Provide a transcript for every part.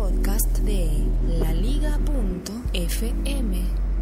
podcast de laliga.fm.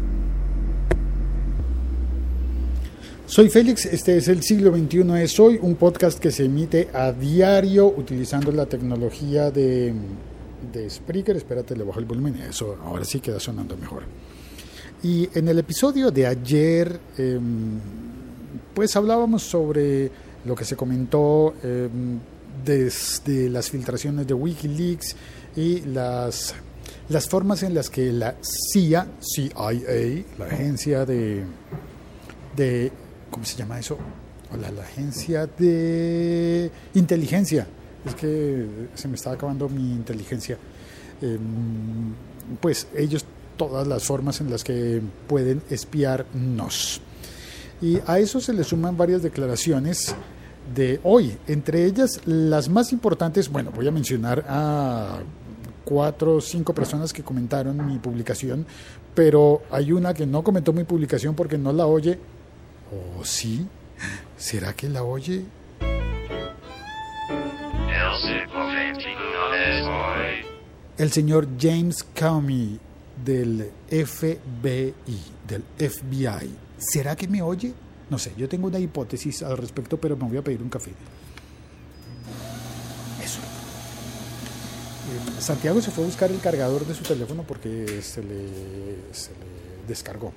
Soy Félix, este es El Siglo XXI es Hoy, un podcast que se emite a diario utilizando la tecnología de Spreaker. Espérate, le bajo el volumen, eso ahora sí queda sonando mejor. Y en el episodio de ayer, pues hablábamos sobre lo que se comentó desde las filtraciones de Wikileaks y las formas en las que la CIA, la agencia de ¿cómo se llama eso? La agencia de inteligencia. Es que se me está acabando mi inteligencia. Pues ellos, todas las formas en las que pueden espiarnos. Y a eso se le suman varias declaraciones de hoy. Entre ellas, las más importantes, bueno, voy a mencionar a 4 o 5 personas que comentaron mi publicación, pero hay una que no comentó mi publicación porque no la oye. ¿O sí? ¿Será que la oye? El señor James Comey del FBI. ¿Será que me oye? No sé, yo tengo una hipótesis al respecto, pero me voy a pedir un café. Eso. Santiago se fue a buscar el cargador de su teléfono porque se le descargó.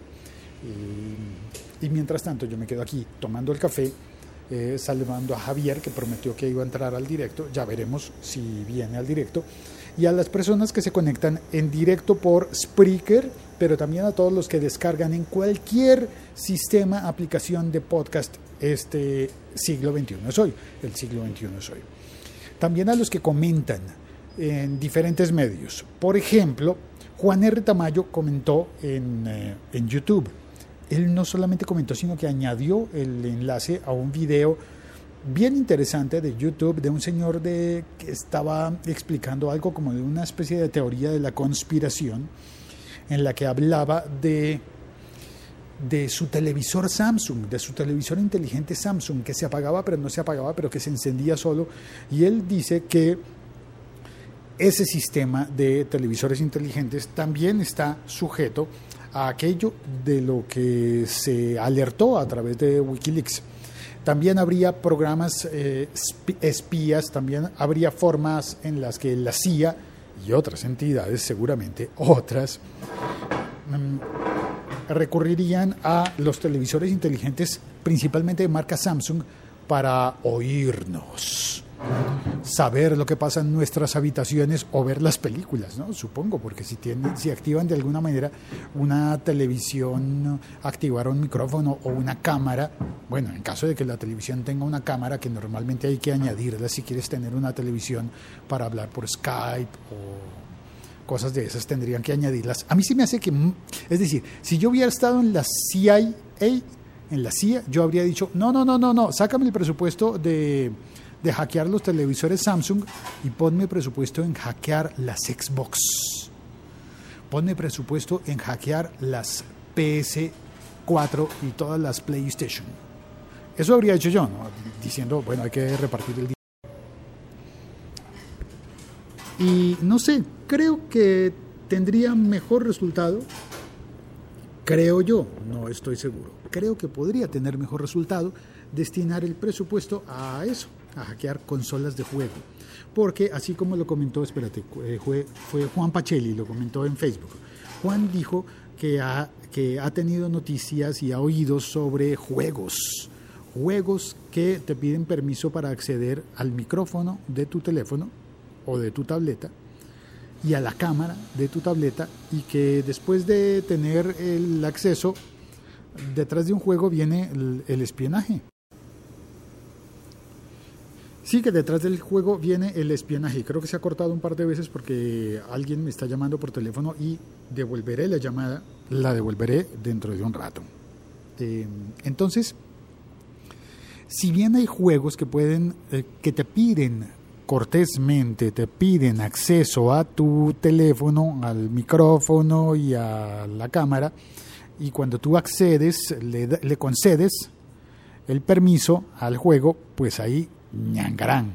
Y mientras tanto yo me quedo aquí tomando el café, saludando a Javier, que prometió que iba a entrar al directo. Ya veremos si viene al directo. Y a las personas que se conectan en directo por Spreaker, pero también a todos los que descargan en cualquier sistema, aplicación de podcast este Siglo XXI es Hoy, el Siglo XXI es Hoy. También a los que comentan en diferentes medios. Por ejemplo, Juan R. Tamayo comentó en YouTube. Él no solamente comentó, sino que añadió el enlace a un video bien interesante de YouTube de un señor que estaba explicando algo como de una especie de teoría de la conspiración, en la que hablaba de su televisor Samsung, de su televisor inteligente Samsung, que se apagaba pero no se apagaba, pero que se encendía solo. Y él dice que ese sistema de televisores inteligentes también está sujeto a aquello de lo que se alertó a través de Wikileaks. También habría programas espías, también habría formas en las que la CIA y otras entidades, seguramente otras, recurrirían a los televisores inteligentes, principalmente de marca Samsung, para oírnos, saber lo que pasa en nuestras habitaciones o ver las películas, ¿no? Supongo, porque si activan de alguna manera una televisión, activar un micrófono o una cámara. Bueno, en caso de que la televisión tenga una cámara, que normalmente hay que añadirla si quieres tener una televisión para hablar por Skype o cosas de esas, tendrían que añadirlas. A mí sí me hace que, es decir, si yo hubiera estado en la CIA, yo habría dicho, no, sácame el presupuesto de hackear los televisores Samsung y ponme presupuesto en hackear las Xbox. Ponme presupuesto en hackear las PS4 y todas las PlayStation. Eso habría hecho yo, ¿no? Diciendo, bueno, hay que repartir el dinero. Y no sé, creo que tendría mejor resultado. Creo yo, no estoy seguro. Creo que podría tener mejor resultado destinar el presupuesto a eso, a hackear consolas de juego. Porque así como lo comentó, fue Juan Pacelli, lo comentó en Facebook. Juan dijo que ha tenido noticias y ha oído sobre juegos que te piden permiso para acceder al micrófono de tu teléfono o de tu tableta y a la cámara de tu tableta, y que después de tener el acceso, detrás de un juego viene el espionaje. Sí, que detrás del juego viene el espionaje. Creo que se ha cortado un par de veces porque alguien me está llamando por teléfono y devolveré la llamada, la devolveré dentro de un rato. Entonces, si bien hay juegos que que te piden cortésmente, te piden acceso a tu teléfono, al micrófono y a la cámara, y cuando tú accedes, le concedes el permiso al juego, pues ahí ñangarán,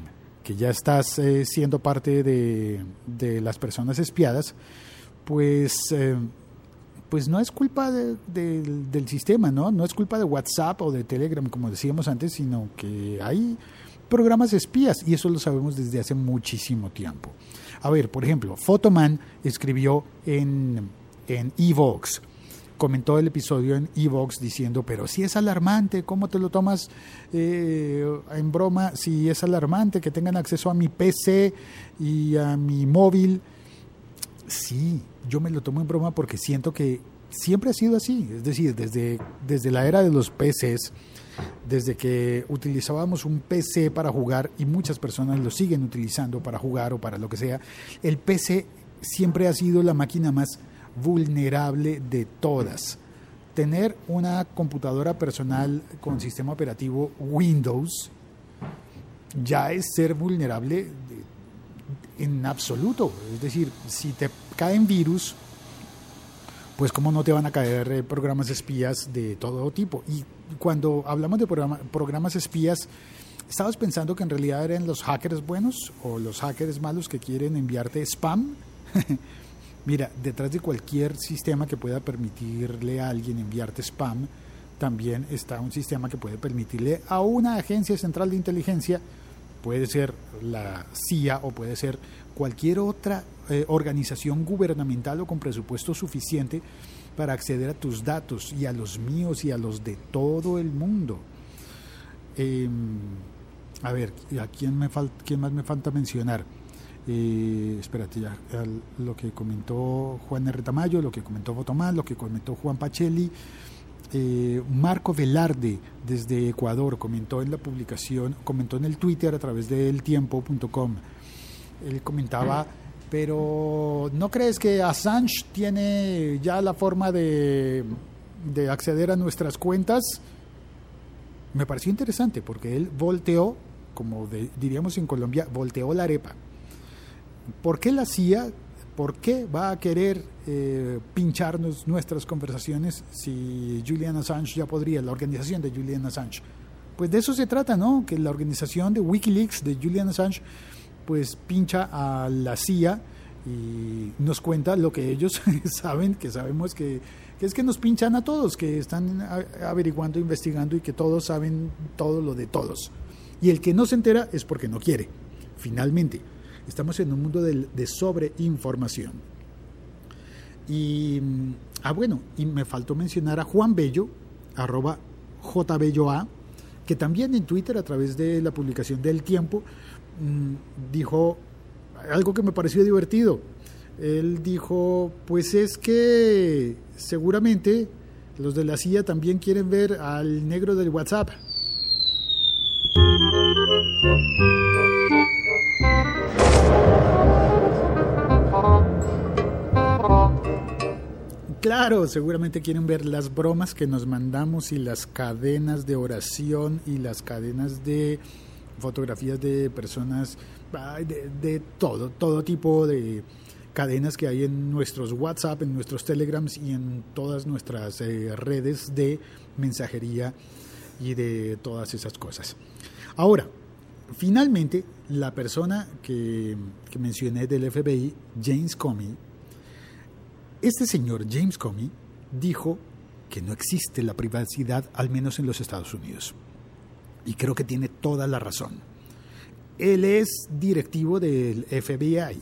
que ya estás siendo parte de las personas espiadas, pues no es culpa del sistema, ¿no? No es culpa de WhatsApp o de Telegram, como decíamos antes, sino que hay programas espías, y eso lo sabemos desde hace muchísimo tiempo. A ver, por ejemplo, Photoman escribió en Evox, comentó el episodio en Evox diciendo, pero si es alarmante, ¿cómo te lo tomas en broma? Si es alarmante que tengan acceso a mi PC y a mi móvil. Sí, yo me lo tomo en broma porque siento que siempre ha sido así, es decir, desde la era de los PCs, desde que utilizábamos un PC para jugar, y muchas personas lo siguen utilizando para jugar o para lo que sea, el PC siempre ha sido la máquina más vulnerable de todas. Tener una computadora personal con sistema operativo Windows ya es ser vulnerable en absoluto. Es decir, si te caen virus, pues cómo no te van a caer programas espías de todo tipo. Y cuando hablamos de programas espías, ¿estabas pensando que en realidad eran los hackers buenos o los hackers malos que quieren enviarte spam? Mira, detrás de cualquier sistema que pueda permitirle a alguien enviarte spam, también está un sistema que puede permitirle a una agencia central de inteligencia, puede ser la CIA o puede ser cualquier otra organización gubernamental o con presupuesto suficiente para acceder a tus datos y a los míos y a los de todo el mundo. A ver, ¿quién más me falta mencionar? Espérate ya, lo que comentó Juan R. Tamayo, lo que comentó Botomán, lo que comentó Juan Pacelli, Marco Velarde desde Ecuador comentó en la publicación, comentó en el Twitter a través de eltiempo.com. Él comentaba, pero ¿no crees que Assange tiene ya la forma de acceder a nuestras cuentas? Me pareció interesante porque él volteó, como diríamos en Colombia, volteó la arepa. ¿Por qué la CIA, por qué va a querer pincharnos nuestras conversaciones si Julian Assange ya podría, la organización de Julian Assange? Pues de eso se trata, ¿no? Que la organización de Wikileaks, de Julian Assange, pues pincha a la CIA y nos cuenta lo que ellos saben, que sabemos que es que nos pinchan a todos, que están averiguando, investigando y que todos saben todo lo de todos. Y el que no se entera es porque no quiere, finalmente. Estamos en un mundo de sobreinformación. Y bueno, y me faltó mencionar a Juan Bello, @jbelloa, que también en Twitter, a través de la publicación del Tiempo, dijo algo que me pareció divertido. Él dijo, pues es que seguramente los de la CIA también quieren ver al negro del WhatsApp. Claro, seguramente quieren ver las bromas que nos mandamos y las cadenas de oración y las cadenas de fotografías de personas, de todo tipo de cadenas que hay en nuestros WhatsApp, en nuestros Telegrams y en todas nuestras redes de mensajería y de todas esas cosas. Ahora, finalmente, la persona que mencioné del FBI, James Comey, este señor James Comey dijo que no existe la privacidad, al menos en los Estados Unidos. Y creo que tiene toda la razón. Él es directivo del FBI,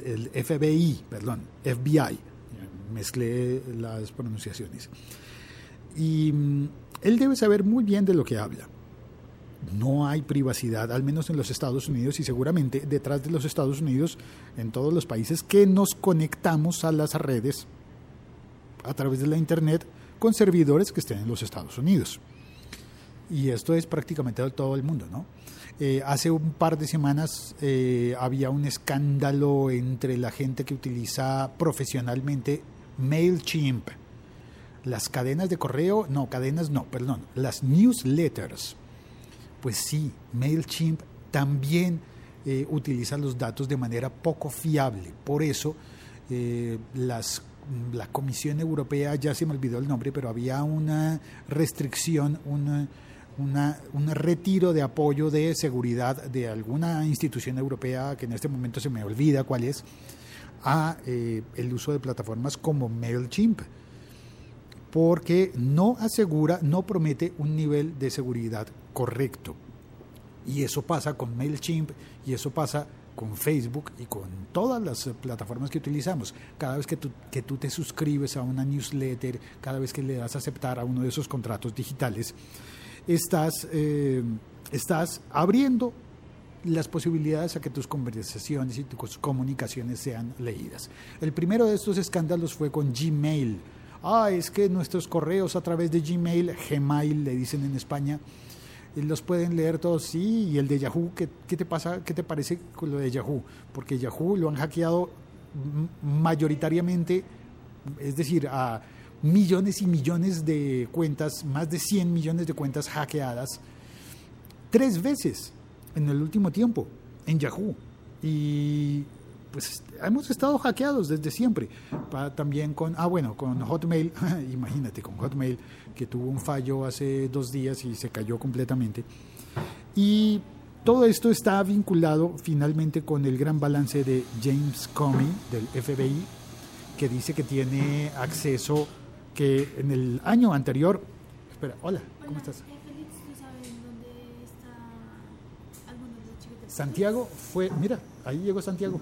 mezclé las pronunciaciones. Y él debe saber muy bien de lo que habla. No hay privacidad, al menos en los Estados Unidos, y seguramente detrás de los Estados Unidos, en todos los países que nos conectamos a las redes a través de la Internet con servidores que estén en los Estados Unidos. Y esto es prácticamente todo el mundo, ¿no? Hace un par de semanas había un escándalo entre la gente que utiliza profesionalmente MailChimp. Las cadenas de correo, las newsletters. Pues sí, MailChimp también utiliza los datos de manera poco fiable. Por eso la Comisión Europea, ya se me olvidó el nombre, pero había una restricción, un retiro de apoyo de seguridad de alguna institución europea, que en este momento se me olvida cuál es, a el uso de plataformas como MailChimp, porque no asegura, no promete un nivel de seguridad correcto. Y eso pasa con MailChimp y eso pasa con Facebook y con todas las plataformas que utilizamos. Cada vez que tú te suscribes a una newsletter, cada vez que le das a aceptar a uno de esos contratos digitales, estás abriendo las posibilidades a que tus conversaciones y tus comunicaciones sean leídas. El primero de estos escándalos fue con Gmail. Es que nuestros correos a través de Gmail le dicen en España, los pueden leer todos. Sí, y el de Yahoo, ¿qué te pasa? ¿Qué te parece con lo de Yahoo? Porque Yahoo lo han hackeado mayoritariamente, es decir, a millones y millones de cuentas, más de 100 millones de cuentas hackeadas, 3 veces en el último tiempo en Yahoo. Y pues hemos estado hackeados desde siempre. También con Hotmail, imagínate, con Hotmail, que tuvo un fallo hace 2 días y se cayó completamente. Y todo esto está vinculado finalmente con el gran balance de James Comey del FBI, que dice que tiene acceso, que en el año anterior... Espera, hola, ¿cómo estás? Félix, ¿tú sabes dónde está alguno de los chicos de Santiago fue... Mira, ahí llegó Santiago.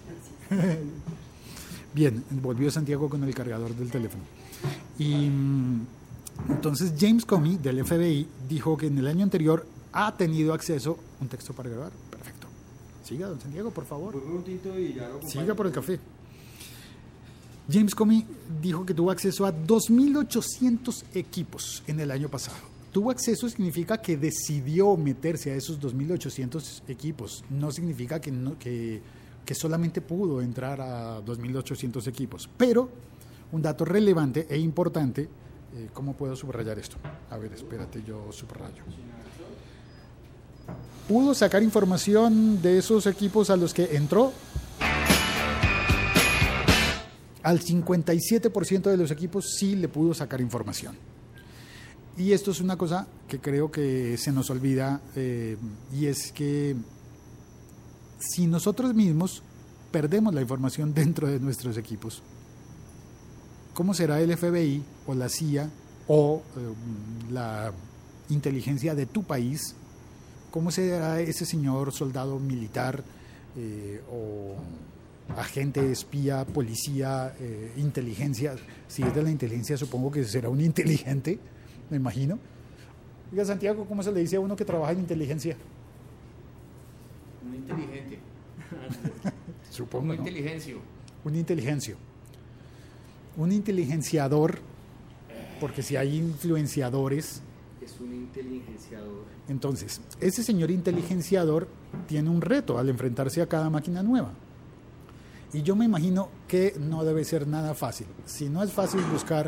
Bien, volvió Santiago con el cargador del teléfono. Y entonces James Comey del FBI dijo que en el año anterior ha tenido acceso... ¿Un texto para grabar? Perfecto. Siga, don Santiago, por favor. Un tinto y ya lo siga por el café. James Comey dijo que tuvo acceso a 2.800 equipos en el año pasado. Tuvo acceso significa que decidió meterse a esos 2.800 equipos. No significa que solamente pudo entrar a 2.800 equipos. Pero un dato relevante e importante, ¿cómo puedo subrayar esto? A ver, espérate, yo subrayo. ¿Pudo sacar información de esos equipos a los que entró? Al 57% de los equipos sí le pudo sacar información. Y esto es una cosa que creo que se nos olvida, y es que si nosotros mismos perdemos la información dentro de nuestros equipos, ¿cómo será el FBI o la CIA o la inteligencia de tu país? ¿Cómo será ese señor soldado militar o agente, espía, policía, inteligencia? Si es de la inteligencia, supongo que será un inteligente, me imagino. Oiga, Santiago, ¿cómo se le dice a uno que trabaja en inteligencia? Un inteligente. Supongo, un ¿no? inteligencio. Un inteligencio. Un inteligenciador, porque si hay influenciadores... Es un inteligenciador. Entonces, ese señor inteligenciador tiene un reto al enfrentarse a cada máquina nueva. Y yo me imagino que no debe ser nada fácil. Si no es fácil buscar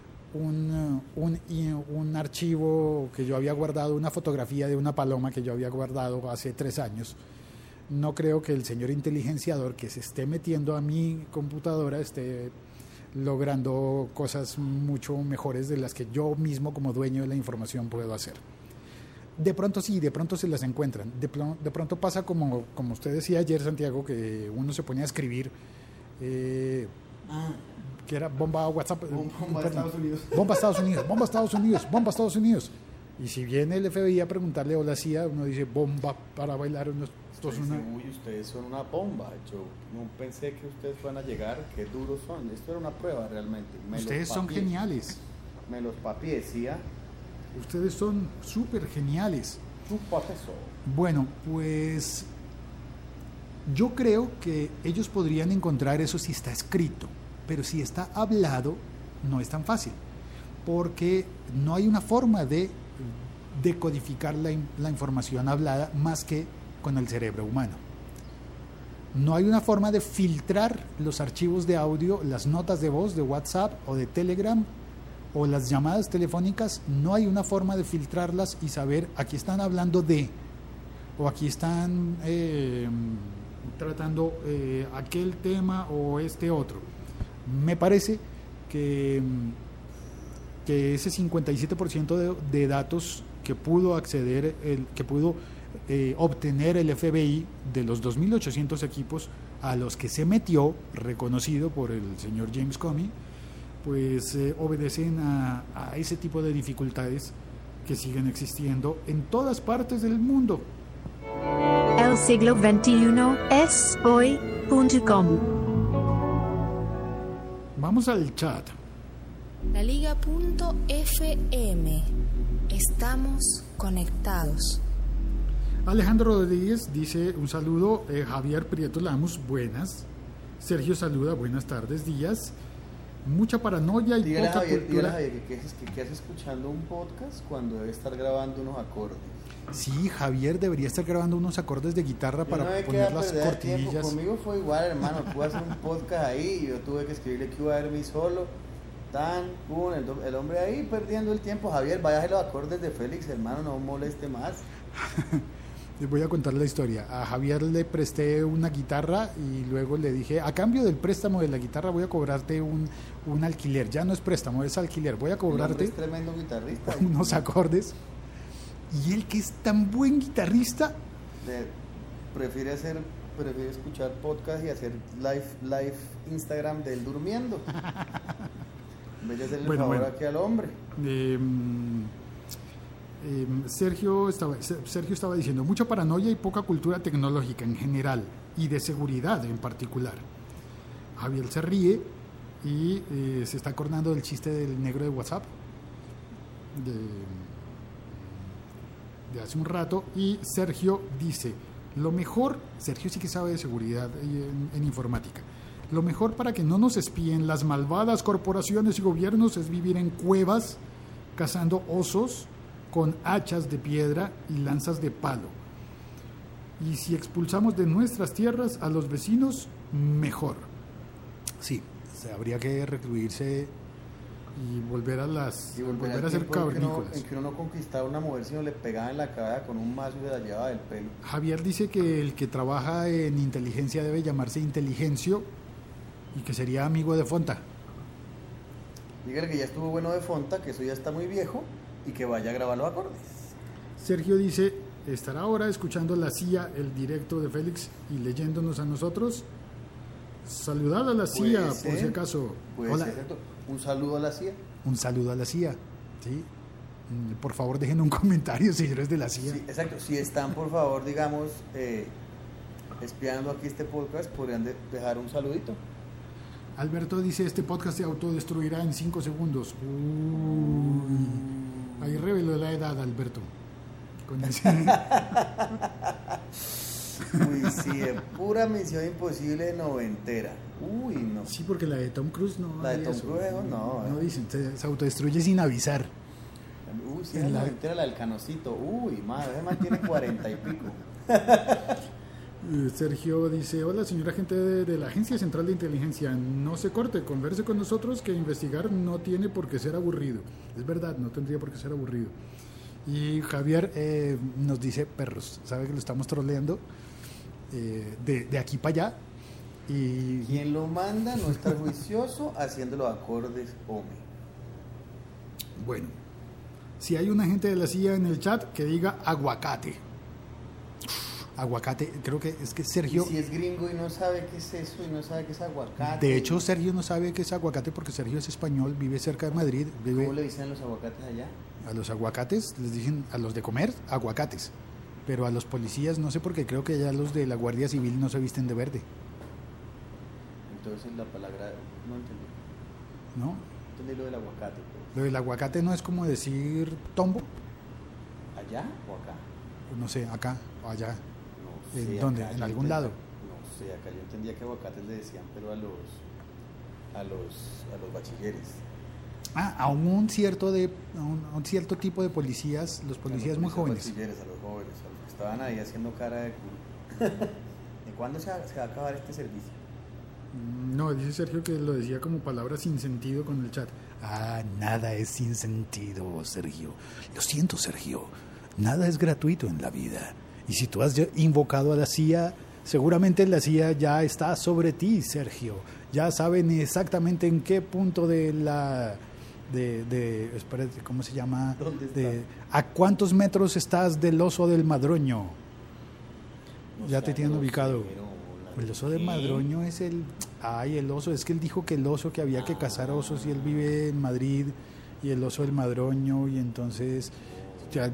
un archivo que yo había guardado, una fotografía de una paloma que yo había guardado hace 3 años, no creo que el señor inteligenciador que se esté metiendo a mi computadora esté logrando cosas mucho mejores de las que yo mismo como dueño de la información puedo hacer. De pronto sí, de pronto se las encuentran. De pronto pasa como usted decía ayer, Santiago, que uno se ponía a escribir que era bomba WhatsApp. Bomba Estados Unidos. Bomba Estados Unidos, bomba Estados Unidos, bomba Estados Unidos. Y si viene el FBI a preguntarle o la CIA, uno dice bomba para bailar. Uy, ustedes son una bomba. Yo no pensé que ustedes fueran a llegar. Qué duros son. Esto era una prueba realmente. Ustedes son geniales. Me los papi decía. Ustedes son súper geniales. Bueno, pues yo creo que ellos podrían encontrar eso si está escrito, pero si está hablado no es tan fácil, porque no hay una forma de decodificar la información hablada más que con el cerebro humano. No hay una forma de filtrar los archivos de audio, las notas de voz de WhatsApp o de Telegram o las llamadas telefónicas. No hay una forma de filtrarlas y saber aquí están hablando de, o aquí están tratando aquel tema o este otro. Me parece que ese 57% de datos que pudo obtener el FBI de los 2.800 equipos a los que se metió, reconocido por el señor James Comey, pues obedecen a ese tipo de dificultades que siguen existiendo en todas partes del mundo. El siglo XXI es hoy.com. Vamos al chat. Laliga.fm. Estamos conectados. Alejandro Rodríguez dice un saludo. Javier Prieto Lamus, buenas. Sergio saluda, buenas tardes, días. Mucha paranoia y Dígale poca Javier, cultura. Javier, ¿qué hace escuchando un podcast cuando debe estar grabando unos acordes? Sí, Javier debería estar grabando unos acordes de guitarra para poner las cortinillas. Conmigo fue igual, hermano. Pude hacer un podcast ahí y yo tuve que escribirle que iba a ver mi solo. El hombre ahí perdiendo el tiempo. Javier, vaya a los acordes de Félix, hermano, no moleste más. Les voy a contar la historia. A Javier le presté una guitarra y luego le dije, a cambio del préstamo de la guitarra voy a cobrarte un alquiler. Ya no es préstamo, es alquiler. Voy a cobrarte Es tremendo guitarrista. unos acordes. Y él, que es tan buen guitarrista, Prefiere escuchar podcast y hacer live Instagram de él durmiendo. En vez de hacerle el favor aquí al hombre. Sergio estaba diciendo mucha paranoia y poca cultura tecnológica en general y de seguridad en particular. Javier se ríe y se está acordando del chiste del negro de WhatsApp de hace un rato. Y Sergio dice, lo mejor, Sergio sí que sabe de seguridad en informática, lo mejor para que no nos espíen las malvadas corporaciones y gobiernos es vivir en cuevas cazando osos con hachas de piedra y lanzas de palo. Y si expulsamos de nuestras tierras a los vecinos, mejor. Sí, habría que recluirse y volver a ser cavernícolas. En que uno no conquistaba una mujer sino le pegaba en la cabeza con un mazo y se la llevaba del pelo. Javier dice que el que trabaja en inteligencia debe llamarse Inteligencio y que sería amigo de Fonta. Dígale que ya estuvo bueno de Fonta, que eso ya está muy viejo y que vaya a grabar los acordes. Sergio dice, ¿estará ahora escuchando la CIA el directo de Félix y leyéndonos a nosotros? Saludad a la CIA, por si acaso. Hola. Un saludo a la CIA. Un saludo a la CIA, ¿sí? Por favor, dejen un comentario, señores de la CIA. Sí, exacto. Si están, por favor, digamos, espiando aquí este podcast, podrían dejar un saludito. Alberto dice, este podcast se autodestruirá en 5 segundos. Uy. Ahí reveló la edad, Alberto. Con ese... Uy, sí, pura Misión Imposible noventera. Uy, no. Sí, porque la de Tom Cruise no. La de Tom Cruise no. No dicen, se autodestruye sin avisar. Uy, sí, la noventera, la del Canocito. Uy, madre, ese man tiene 40 y pico. Sergio dice, hola señora agente de la Agencia Central de Inteligencia, no se corte, converse con nosotros que investigar no tiene por qué ser aburrido. Es verdad, no tendría por qué ser aburrido. Y Javier nos dice perros, sabe que lo estamos troleando de aquí para allá. Y quien lo manda no está juicioso haciendo los acordes, hombre. Bueno, si hay un agente de la CIA en el chat que diga aguacate. Aguacate, creo que es que Sergio... ¿Y si es gringo y no sabe qué es eso y no sabe qué es aguacate? De hecho, Sergio no sabe qué es aguacate porque Sergio es español, vive cerca de Madrid. ¿Cómo le dicen a los aguacates allá? A los aguacates les dicen, a los de comer, aguacates. Pero a los policías no sé, porque creo que ya los de la Guardia Civil no se visten de verde. Entonces la palabra... No entendí. ¿No? Entendí lo del aguacate. Pues. Lo del aguacate no es como decir tombo. ¿Allá o acá? No sé, acá o allá. No sé, ¿En dónde? acá ¿En algún lado? No sé, acá yo entendía que aguacates le decían, pero a los bachilleres. A un cierto tipo de policías, los policías muy jóvenes. Bachilleres, a los jóvenes, a los que estaban ahí haciendo cara de culo. ¿De cuándo se va a acabar este servicio? No, dice Sergio que lo decía como palabra sin sentido con el chat. Nada es sin sentido, Sergio. Lo siento, Sergio. Nada es gratuito en la vida. Y si tú has invocado a la CIA, seguramente la CIA ya está sobre ti, Sergio. Ya saben exactamente en qué punto de espérate, ¿cómo se llama? ¿Dónde está? ¿A cuántos metros estás del oso del Madroño? Ya te tienen ubicado. El oso del Madroño es el oso, es que él dijo que el oso, que había que cazar osos, y él vive en Madrid, y el oso del Madroño, y entonces ya,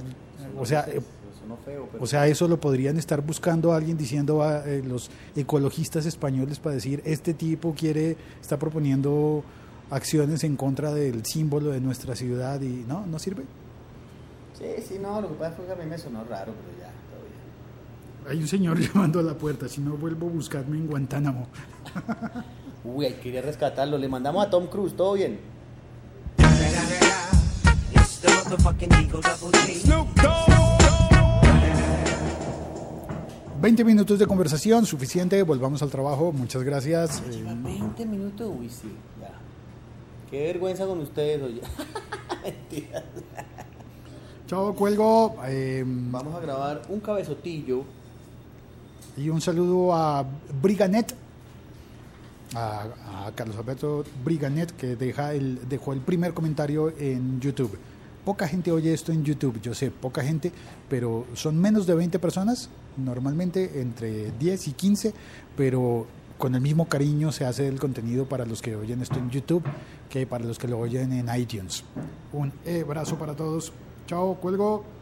o sea, eso lo podrían estar buscando a alguien diciendo a los ecologistas españoles para decir, este tipo está proponiendo acciones en contra del símbolo de nuestra ciudad, y no sirve. Sí, no, lo que pasa fue que a mí me sonó raro, pero ya, todo bien. Hay un señor llamando a la puerta, si no vuelvo a buscarme en Guantánamo. Uy, quería rescatarlo, le mandamos a Tom Cruise, todo bien. 20 minutos de conversación, suficiente, volvamos al trabajo, muchas gracias. Lleva 20 minutos, uy, sí, ya. Qué vergüenza con ustedes, oye. Mentiras. Chao, cuelgo. Vamos a grabar un cabezotillo. Y un saludo a Briganet, a Carlos Alberto Briganet, que dejó el primer comentario en YouTube. Poca gente oye esto en YouTube, yo sé, poca gente, pero son menos de 20 personas, normalmente entre 10 y 15, pero con el mismo cariño se hace el contenido para los que oyen esto en YouTube que para los que lo oyen en iTunes. Un abrazo para todos. Chao, cuelgo.